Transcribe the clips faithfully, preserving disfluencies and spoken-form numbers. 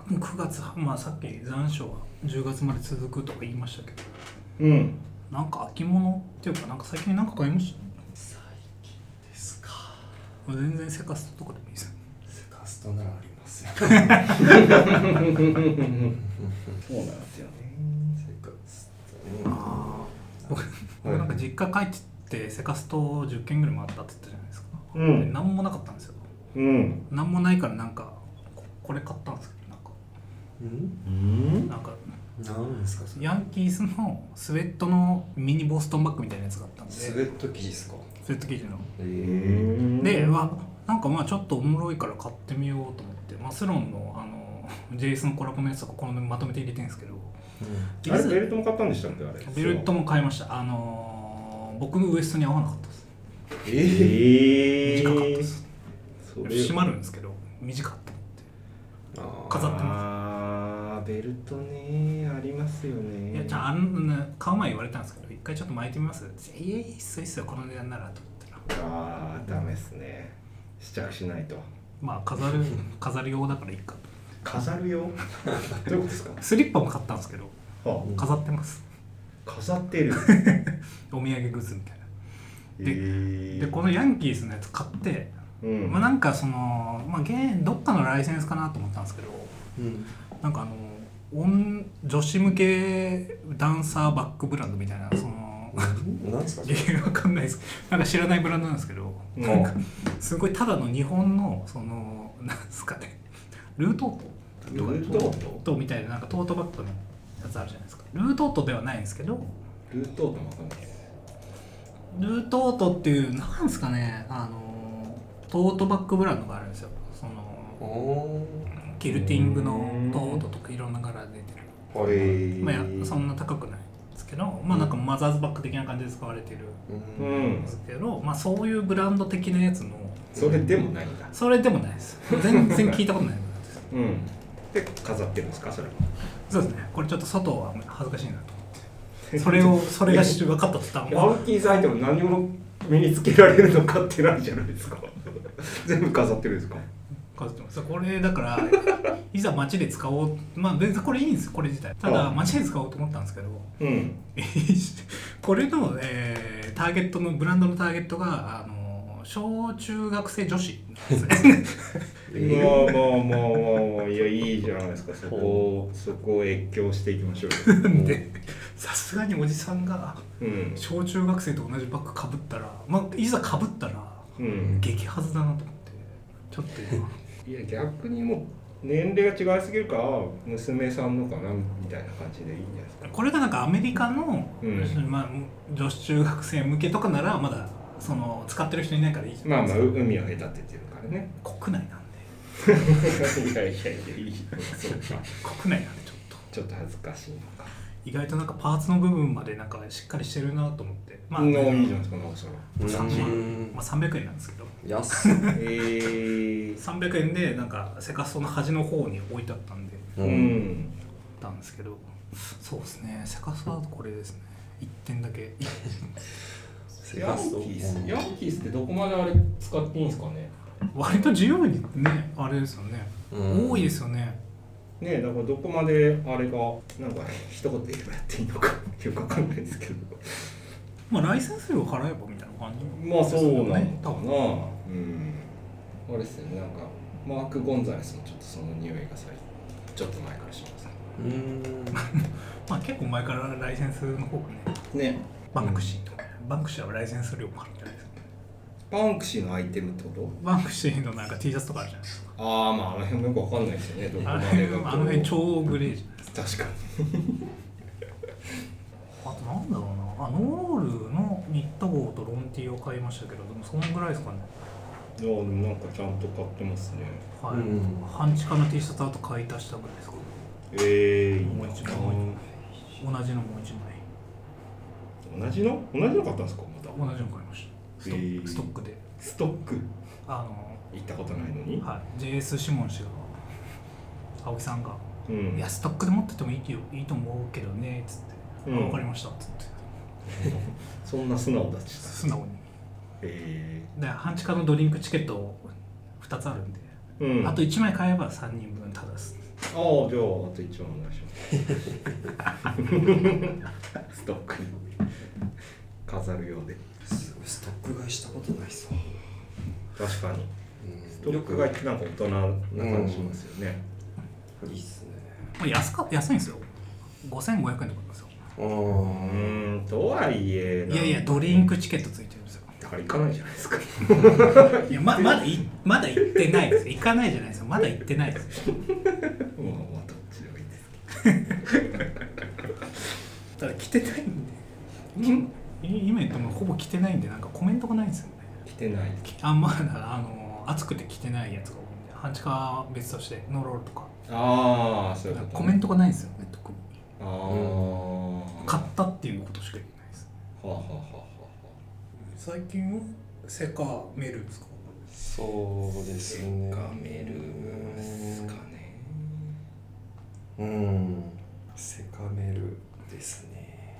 分くがつ、まあさっき残暑はじゅうがつまで続くとか言いましたけど、 うん。 なんか秋物っていうか、なんか最近なんか買いました？ 最近ですか。 全然セカストとかでもいいですよ。 セカストならありますよ。 そうなんですよね。 セカストね。 あ僕僕なんか実家帰ってってセカストじゅっけんぐらい回ったって言ったじゃないですか。 うん。 なんもなかったんですよ。 うん。 なんもないからなんかここれ買ったんですけど、なんかうんなんかなんですかそれ。 ヤンキースのスウェットのミニボストンバッグみたいなやつがあったんで、 スウェット生地ですか。 スウェット生地のえうー、 ん。 で、わなんかまあちょっとおもろいから買ってみようと思ってマスロンのあの ジェイス のコラボのやつとかこのまとめて入れてるんですけど、 あれベルトも買ったんでしたっけあれ。 ベルトも買いました。あのー、僕のウエストに合わなかったです。 ええー、 え短かったです。 それ閉まるんですけど短かったと思って飾ってます。 あーベルトねありますよね。 いやじゃああん買う前言われたんですけど一回ちょっと巻いてみますって。いやいいっすよいいっすよこの値段ならと思ったら、 あーダメっすね。試着しないと。 まあ飾る飾る用だからいいかと。 飾るよ。どういうことですか。 スリッパも買ったんですけどは飾ってます。 あ、飾ってる。 お土産グッズみたいな。でえー、 でこのヤンキースのやつ買って、 うんまあ、なんかその、まあ、ゲどっかのライセンスかなと思ったんですけど、 うんなんかあの女女子向けダンサーバックブランドみたいなそのなんですかそいれ。 やわかんないです。なんか知らないブランドなんですけど、 うんなんかすごいただの日本のそのなんですかねルートートルートートトみたいななんかトートバッグのやつあるじゃないですか。ルートートではないんですけど、 ルートートもわかんないです。 ルートートっていうなんですかねあのトートバッグブランドがあるんですよ。そのおキルティングのトートとかいろんな柄で出てる。 ー。 へーまあやそんな高くないですけど、まあなんかマザーズバッグ的な感じで使われてるうんうんんですけど、まあそういうブランド的なやつのそれでもないんだ。 それでもないです。全然聞いたことないです。 うんで飾ってるんですかそれは。 そうですね。これちょっと外は恥ずかしいなと思って。それをそれが知る分かったって言ったら、 ヤンキーズアイテム何も身につけられるのかってないじゃないですか。全部飾ってるんですか。 飾ってます。これだからいざ街で使おう、まあ別にこれいいんですよこれ自体。ただ街で使おうと思ったんですけど、 うんこれの、えー、ターゲットのブランドのターゲットがあの小中学生女子なんですね。 まあまあまあまあまあいやいいじゃないですか。そこをそこを越境していきましょうよ。 でさすがにおじさんがうん小中学生と同じバッグかぶったら、まあ、いざかぶったらうん激ハズだなと思ってちょっと今いや逆にもう年齢が違いすぎるから娘さんのかなみたいな感じでいいんじゃないですか。 これがなんかアメリカの、 うんまあ、女子中学生向けとかならまだその使ってる人いないからいいじゃまあないですか。 まあ海を隔ててるからね。 国内なんでいやいやいやいいそうか。 国内なんでちょっとちょっと恥ずかしいのか。 意外となんかパーツの部分までなんかしっかりしてるなと思ってまあ、 うん、いいじゃないですか。なんかそれ。 さんまんうんまあ、さんびゃくえんなんですけど安っ。 えー、 さんびゃくえんでなんかセカストの端の方に置いてあったんでううんん。 たんですけど、そうですねセカストだとこれですねいってんだけヤンキースヤンキースってどこまであれ使っていいんですかね。 割と自由にねあれですよね、 うん多いですよね。 ねえだからどこまであれがなんか一言で言えばやっていいのかよくわかんないですけど。 まあライセンス料払えばみたいな感じまあそうなのかな。 多分うん。あれですよねなんかマーク・ゴンザレスもちょっとその匂いがさちょっと前からしますね。 うんまあ結構前からライセンスの方がねねバンクシーとか、バンクシーはライセンス料もあるんじゃないですか。 バンクシーのアイテムってことバンクシーのなんか T シャツとかあるじゃないですか。 ああまああの辺もよくわかんないですよねどこまあの辺でがこうあの辺超グレーじゃないですか。 確かにあとなんだろうなあノールのニット帽とロンティーを買いましたけどでもそのぐらいですかね。 いやでもなんかちゃんと買ってますね。 はい、 うん半地下の T シャツあと買い足したぐらいですか。 ええー、 もう一枚同じのもう一枚同じの同じの買ったんですかまた。 同じの買いましたスト,、 えーストックでストックあの行ったことないのに。 はい、ジェイエス シモン氏が青木さんが「 うんいやストックで持っててもいいよいいと思うけどね」っつって「 うんあ分かりました」っつってそんな素直だちした。 素直にえで半地下のドリンクチケットふたつあるんで、 えー、うんあといちまい買えばさんにんぶんただです。 ああ、じゃああといちまんお願いしますストックに飾るようですごいストック買いしたことないっすわ。 確かにうんストック買いってなんか大人な感じしますよね、 いいっすね。 まあ安か安いんですよ。ごせんごひゃくえんとかなんですよ。 ううーんとはいえいやいやドリンクチケットついてるんですよ。 だから行かないじゃないですかいや ま, まだいまだ行ってないです。行かないじゃないですよ。まだ行ってないですよ。 もうどっちでもいいですけどただ着てないんで、うん今言ってもほぼ着てないんでなんかコメントがないんですよね。 来てないあんまだあの暑くて着てないやつが多いんで、半地下は別としてノーロールとかああそういうこと、ね、 コメントがないんですよね特に。 ああ、 買ったっていうことしか言えないです。 はあはあはあはあ最近はセカメルですか？ そうですね。 セカメルですかね。 うんセカメルですね。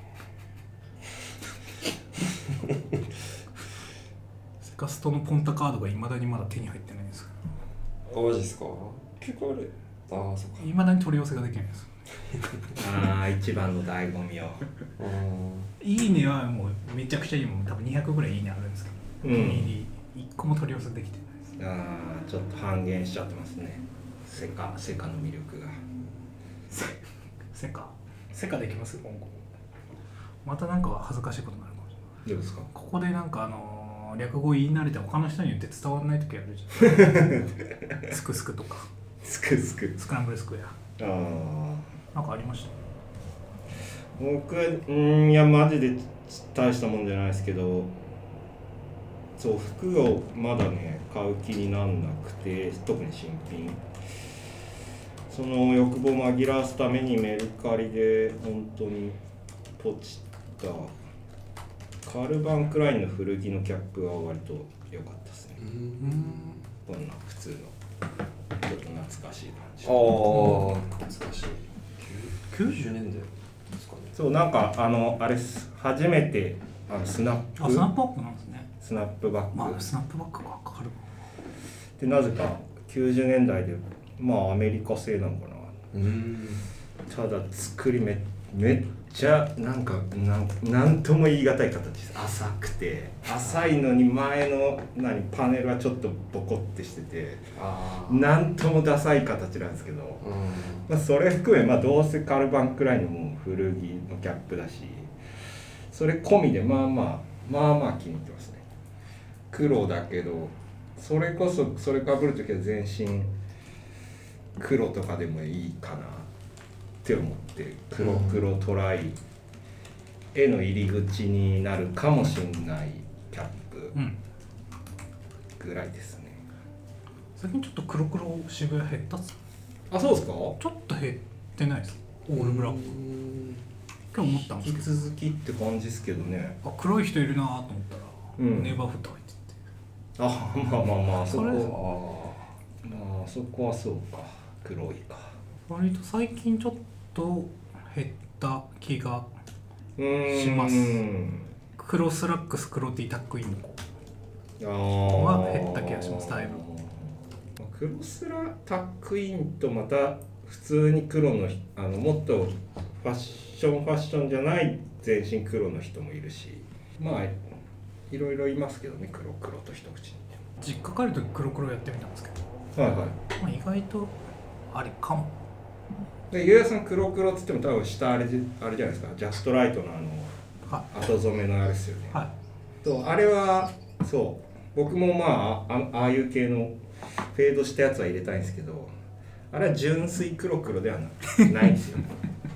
セカストのポンタカードがいまだにまだ手に入ってないんです。 あ、マジですか？結構あれ。ああ、そっか。 いまだに取り寄せができないんです。 ああ一番の醍醐味をいいねはもうめちゃくちゃいいもん、多分にひゃくぐらいいいねあるんですけど、 うんいっこも取り寄せできてないです。 ああちょっと半減しちゃってますねセカセカの魅力がセカセカできます今後。またなんか恥ずかしいことになるかもしれない。 どうですかここでなんかあのー、略語言い慣れて他の人に言って伝わらない時あるじゃんスクスクとかスクスクスクランブルスクエアああなんかありました？ 僕うんいやマジで大したもんじゃないですけど、そう服をまだね買う気になんなくて、特に新品その欲望を紛らわすためにメルカリで本当にポチったカルバンクラインの古着のキャップは割と良かったですね。こんな普通のちょっと懐かしい感じ。 ああ懐かしい。きゅうじゅうねんだいですかね。 そうなんかあのあれす初めてあのスナップあスナップバックなんですね。 スナップバッグ、 まあスナップバックがかかる。 でなぜかきゅうじゅうねんだいでまあアメリカ製なのかな。 うんただ作りめめっちゃなんかなんなんとも言い難い形です。浅くて浅いのに前の何パネルはちょっとボコってしてて、 あなんともダサい形なんですけど、 うんまあ、それ含め、まあ、どうせカルバンくらいのもう古着のキャップだし、それ込みでまあまあまあまあ気に入ってますね。黒だけどそれこそそれかぶるときは全身黒とかでもいいかなって思って黒黒トライへの入り口になるかもしれないキャップぐらいですね。 最近ちょっと黒黒渋谷減ったっす。 あ、そうですか？ ちょっと減ってないですオールブラック。今日思ったんです引けど、 き続きって感じですけどね。 あ黒い人いるなと思ったら、 うんネイバーフット入ってて、 あ、まあまあまあそこそれはまあそこはそうか黒いか。 割と最近ちょっと減った気がうーんします。黒スラックス黒 T タックインの子あはは減った気がしますだいぶ。 クロスラタックインとまた普通に黒のあのもっとファッションファッションじゃない全身黒の人もいるし、まあいろいろいますけどね、黒黒と一口に。 実家帰るとき黒黒やってみたんですけど、 はいはい。 まあ、意外とあれかも。 でゆうやさん黒黒っつっても多分下あれじあれじゃないですか、ジャストライトのあのは後染めのあれですよね。 い、はいそうあれはそう僕もまあ あ, ああいう系のフェードしたやつは入れたいんですけど、あれは純粋黒黒ではなないんですよ。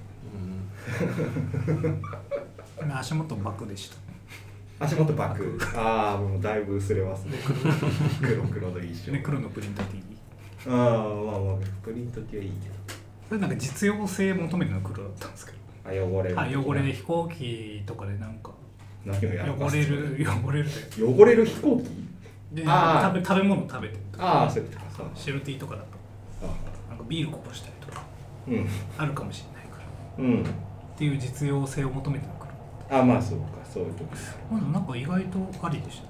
今足元バックでした。 足元バック。ああもうだいぶ薄れますね。黒黒の印象。 で黒のプリント T。 ああまあまあプリント T はいいけど。 それなんか実用性求めての黒だったんですけど。 あ汚れる。 はい、汚れで飛行機とかでなんか何をやるか汚れる汚れるで。 汚れる飛行機？ であー食べ食べ物食べてるとか。 ああそういうことか。 シェルティーとかだとあなんかビールこぼしたりとかうんあるかもしれないからうん。 っていう実用性を求めての黒。 あまあそうかそういうとこ。 まあ、なんか意外とありでした、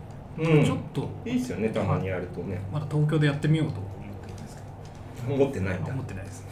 うん。 ちょっといいっすよねたまにやるとね。 まだ東京でやってみようと思ってるんですけ思ってないんだど思ってないです。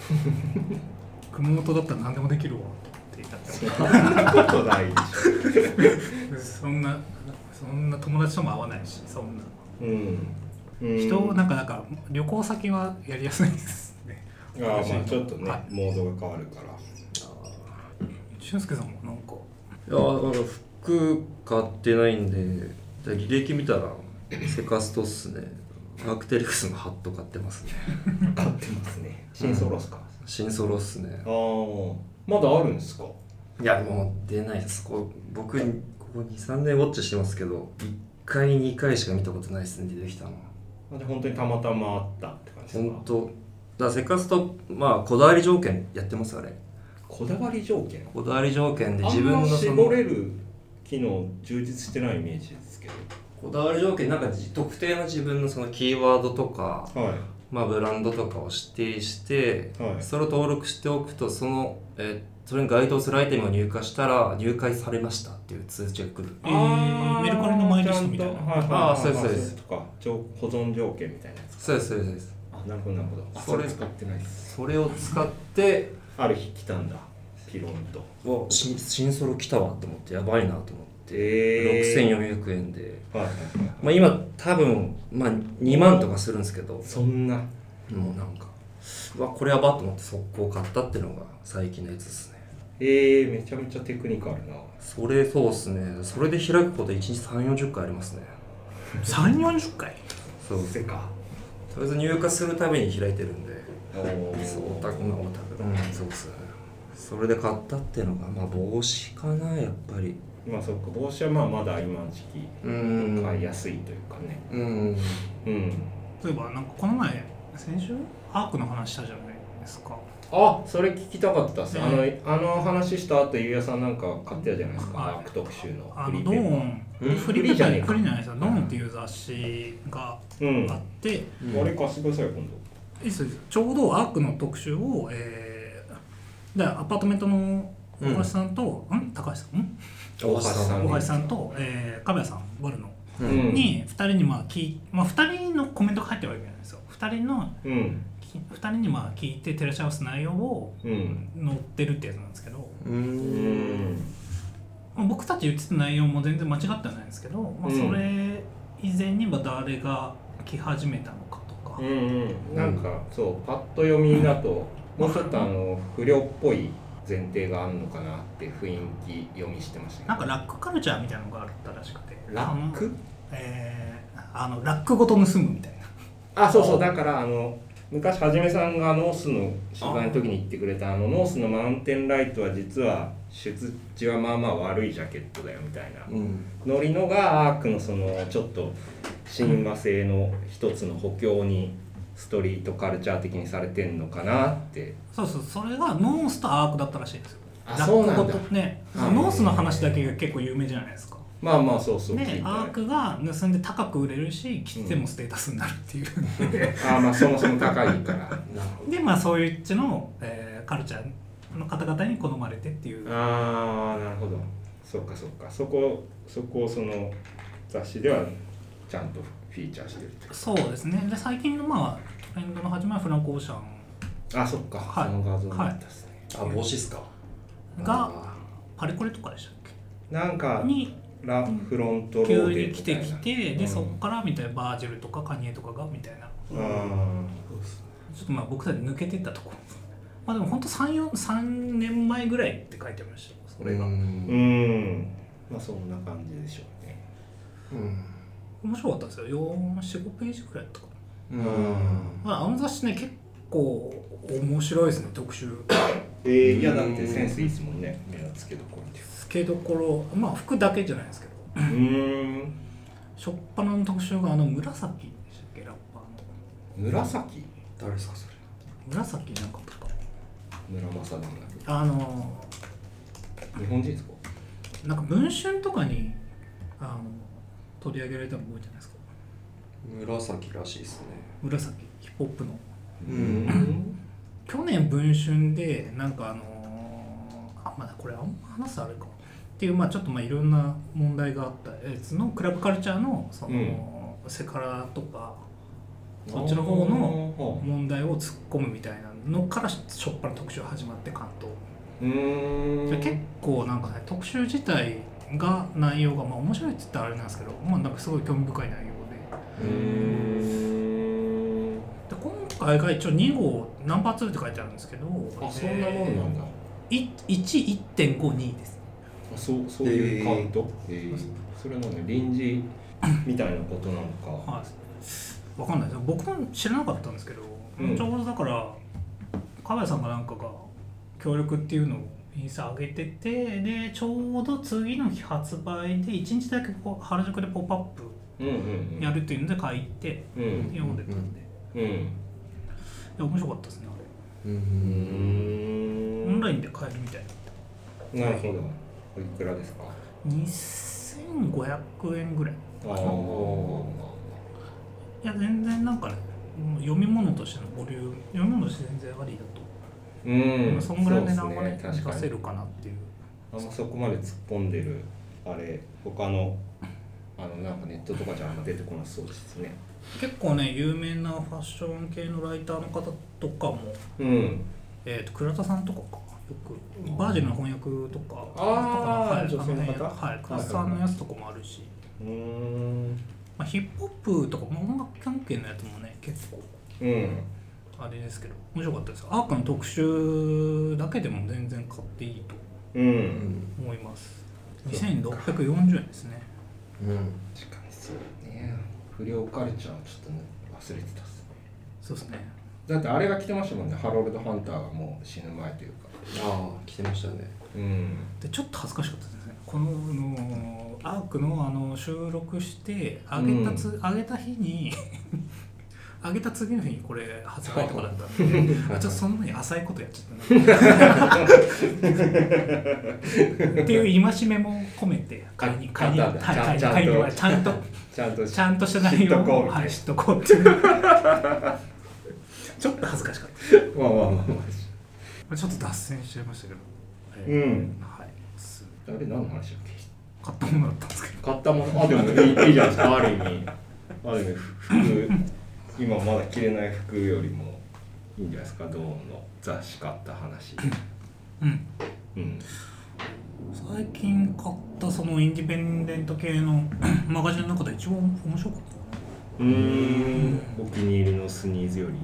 熊本だったら何でもできるわって言ったってそんなことないでしそんなそんな友達とも会わないし、そんなょ。うんうん人なんかなんか旅行先はやりやすいですね。 ああまあちょっとね、 はい、 モードが変わるから。 俊介さんもなんかいやだから服買ってないんで、履歴見たらセカストっすね。アークテリクスのハット買ってますね。 買ってますね。新ソロっすか、うん、 新ソロっすね。 ああまだあるんですか。 いやもう出ないです。こう僕ここにさんねんウォッチしてますけどいっかいにかいしか見たことないですね、出てきたの。 で本当にたまたまあったって感じですか。 本当だからセカスト、まあこだわり条件やってますあれ。 こだわり条件こだわり条件で自分のそのあんま絞れる機能充実してないイメージですけど。 こだわり条件なんか特定の自分のそのキーワードとか、 はいまあ、ブランドとかを指定して、はい、それを登録しておくとその、えー、それに該当するアイテムが入荷したら入会されましたっていう通知が来る。 えー、メルカリのマイリストみたいな。 はいはいはい、 ああそうですそうです。 とか保存条件みたいなやつ。 そうですそうです。 あなるほどなるほど。それ使ってないです。 それを使ってある日来たんだピロンと。 わ新新ソロ来たわと思ってやばいなと思って。 えー、 ろくせんよんひゃくえんで、 はいはいはいまあ、今多分、まあ、にまんとかするんですけど、 そんなもうなんかうわこれやばっと思って速攻買ったっていうのが最近のやつですね。 えー、めちゃめちゃテクニカルな。 それそうっすね。それで開くこといちにちさんじゅうよんじゅっかいありますね。 さんじゅうよんじゅっかいそうせかとりあえず入荷するために開いてるんで。 おそうオタクのオタク、うん、そうっすね。それで買ったっていうのがまあ帽子かなやっぱり。 まあそうか帽子はまあまだ今の時期買いやすいというかね。 うん、うん、 例えばなんかこの前先週アークの話したじゃないですか。 あそれ聞きたかったっす、 ね、 あのあの話した後ゆうやさんなんか買ってたじゃないですか、アーク特集のあのドーンフリーじゃないフリーじゃないですか。ドーンっていう雑誌があって、 うんうん、あれ貸してください今度。 いいですちょうどアークの特集を、えー、でアパートメントの大橋さんと、うん、ん高橋さんん大橋さん大橋さんと、えー、亀谷さんボルノ、うん、にふたりにまあ聞い、まあ、ふたりのコメントが入ってるわけなんですよ。ふたりの、うん、ふたりにまあ聞いて照らし合わせ内容を載ってるってやつなんですけど、うん、まあ、僕たち言ってた内容も全然間違ってはないんですけど、まあ、それ以前にまあ誰が来始めたのかとか、 うんうん、なんかそうパッと読みだと、うん、もうちょっとあの不良っぽい前提があるのかなって雰囲気読みしてましたけど、 なんかラックカルチャーみたいなのがあったらしくて。 ラック？ えー、あのラックごと盗むみたいな。 あそうそうだからあの昔はじめさんがノースの取材の時に言ってくれたあのノースのマウンテンライトは実は出自はまあまあ悪いジャケットだよみたいな、うん、ノリのがアークのそのちょっと親和性の一つの補強にストリートカルチャー的にされてんのかなって。 そうそうそれがノースとアークだったらしいんですよ。 あそうなんだね、ノースの話だけが結構有名じゃないですか。 まあまあそうそうでアークが盗んで高く売れるし着てもステータスになるっていう、 うん、あまあそもそも高いからでまあそういうっちの、えー、カルチャーの方々に好まれてっていう。 ああなるほどそっかそっかそこそこをその雑誌ではちゃんとフィーチャーしてるってそうですね。で最近のまあトレンドの始まりはフランク・オーシャン。 あそっか、はい、その画像だったですね、 はい、あ帽子っすかがパリコレとかでしたっけなんかにラフロントローデ急に来てきてで、うん、そこからみたいなバージルとかカニエとかがみたいな、うん、ちょっとまあ僕たち抜けてったところまあでも本当さん、よん、さんねんまえぐらいって書いてありましたそれがうんうんまあそんな感じでしょうね。 うん面白かったですよ。よん、ごページぐらいだったかな。うんまああの雑誌ね結構面白いですね特集。 えー、いやだってセンスいいですもんね。目の付けどころって付けどころまあ服だけじゃないですけどうーん初っ端の特集があの紫でしたっけラッパーの紫誰ですかそれ。 紫なんかとか村正なんだけどあの日本人ですか。 なんか文春とかにあの取り上げられたの覚えてないですか。 紫らしいですね。 紫ヒップホップのうん去年文春でなんかあのあまだこれあんま話すあれかっていうまあちょっとまあいろんな問題があったやつのクラブカルチャーのその、うん、セカラとかそっちの方の問題を突っ込むみたいなんのからしょっぱな特集始まって関東うーん結構なんかね特集自体が内容がまあ面白いって言ったらあれなんですけど、まあなんかすごい興味深い内容で、 うーんで今回が一応に号ナンバーツーって書いてあるんですけど、 あそんなもんなんだ。 いち いってんご にです。 あそうそういうカウント、えーえー、それのね臨時みたいなことなのか。 はい。わかんないです。僕も知らなかったんですけど、うん、ちょうどだから加谷さんがなんかが協力っていうのをインスタ上げてて、でちょうど次の日発売でいちにちだけこう原宿でポップアップやるっていうので書いて読んでたんで、うんうんうん、いや面白かったですねあれ。うんオンラインで買えるみたいな。なるほど。おいくらですか？ にせんごひゃくえんぐらい。ああ。いや全然なんかね読み物としてのボリューム読み物として全然ありだと。うん、そんぐらいで何もね出せるかなっていう。 あんまそこまで突っ込んでるあれ他のあのなんかネットとかじゃあんま出てこなそうですね。 結構ね有名なファッション系のライターの方とかも、うん、えっ、ー、と倉田さんとかかよくバージンの翻訳とかああ、はい、女性の方はい倉田さんのやつとかもあるし、うーん、まあ、ヒップホップとか音楽関係のやつもね結構。うんあれですけど面白かったです。アークの特集だけでも全然買っていいと思います、うん、にせんろっぴゃくよんじゅうえんですね。 うん確かにそうね。不良カルチャーはちょっと、ね、忘れてたっすね。 そうですね。 だってあれが来てましたもんね。ハロルド・ハンターがもう死ぬ前というか。 ああ来てましたね。 うんでちょっと恥ずかしかったですね。こののアークのあの収録してあげたつ、うん、あげた日にあげた次の日にこれ発売とかだったんでちょっとその前に浅いことやっちゃったなっていう戒めも込めて買いに買いに買いに買いにちゃんとちゃんとちゃんとした内容をはい知っとこうっていうちょっと恥ずかしかったまあまあまあまあちょっと脱線しちゃいましたけどうんはいあれ何の話だっけ。 買ったものだったんですけど。 買ったものあでもいい、いいじゃないですか。ある意味ある意味服今まだ着れない服よりもいいんじゃないですか。ドーンの雑誌買った話。うん、 うん、最近買ったそのインディペンデント系のマガジンの中で一番面白かった。うーんお気に入りのスニーズより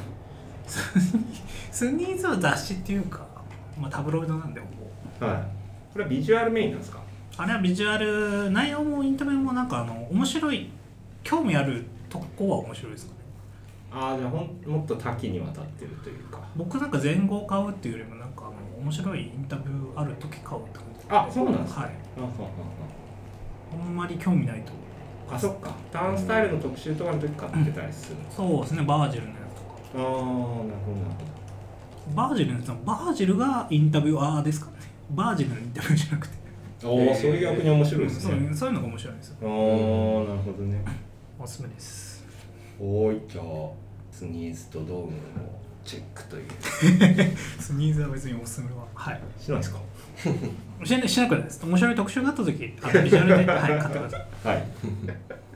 スニーズは雑誌っていうか、まあ、タブロイドなんではい。これはビジュアルメインなんですか。 あれはビジュアル内容もインタビューもなんかあの面白い興味あるとこは面白いですかね。 ああじゃあほんもっと多岐にわたってるというか。 僕なんか前後を買うっていうよりもなんかあの面白いインタビューある時買うって感じ。 あそうなんですか。はい。 あんまり興味ないと。 あそっか。ターンスタイルの特集とかの時買ってたりする、 うん、そうですね。バージルのやつとか。ああなるほどなるほど。バージルのやつはバージルがインタビュアーですかね。バージルのインタビューじゃなくて。 おお、えー、そういう逆に面白いですね。 そう、そういうのが面白いですよ。 ああ、なるほどね。 おすすめです。 おーい、じゃあスニーズとドームのチェックという。 スニーズは別におすすめははいしないですか。 しなしなくないです。面白い特集があった時、あのビジュアルではい買ってください。はい。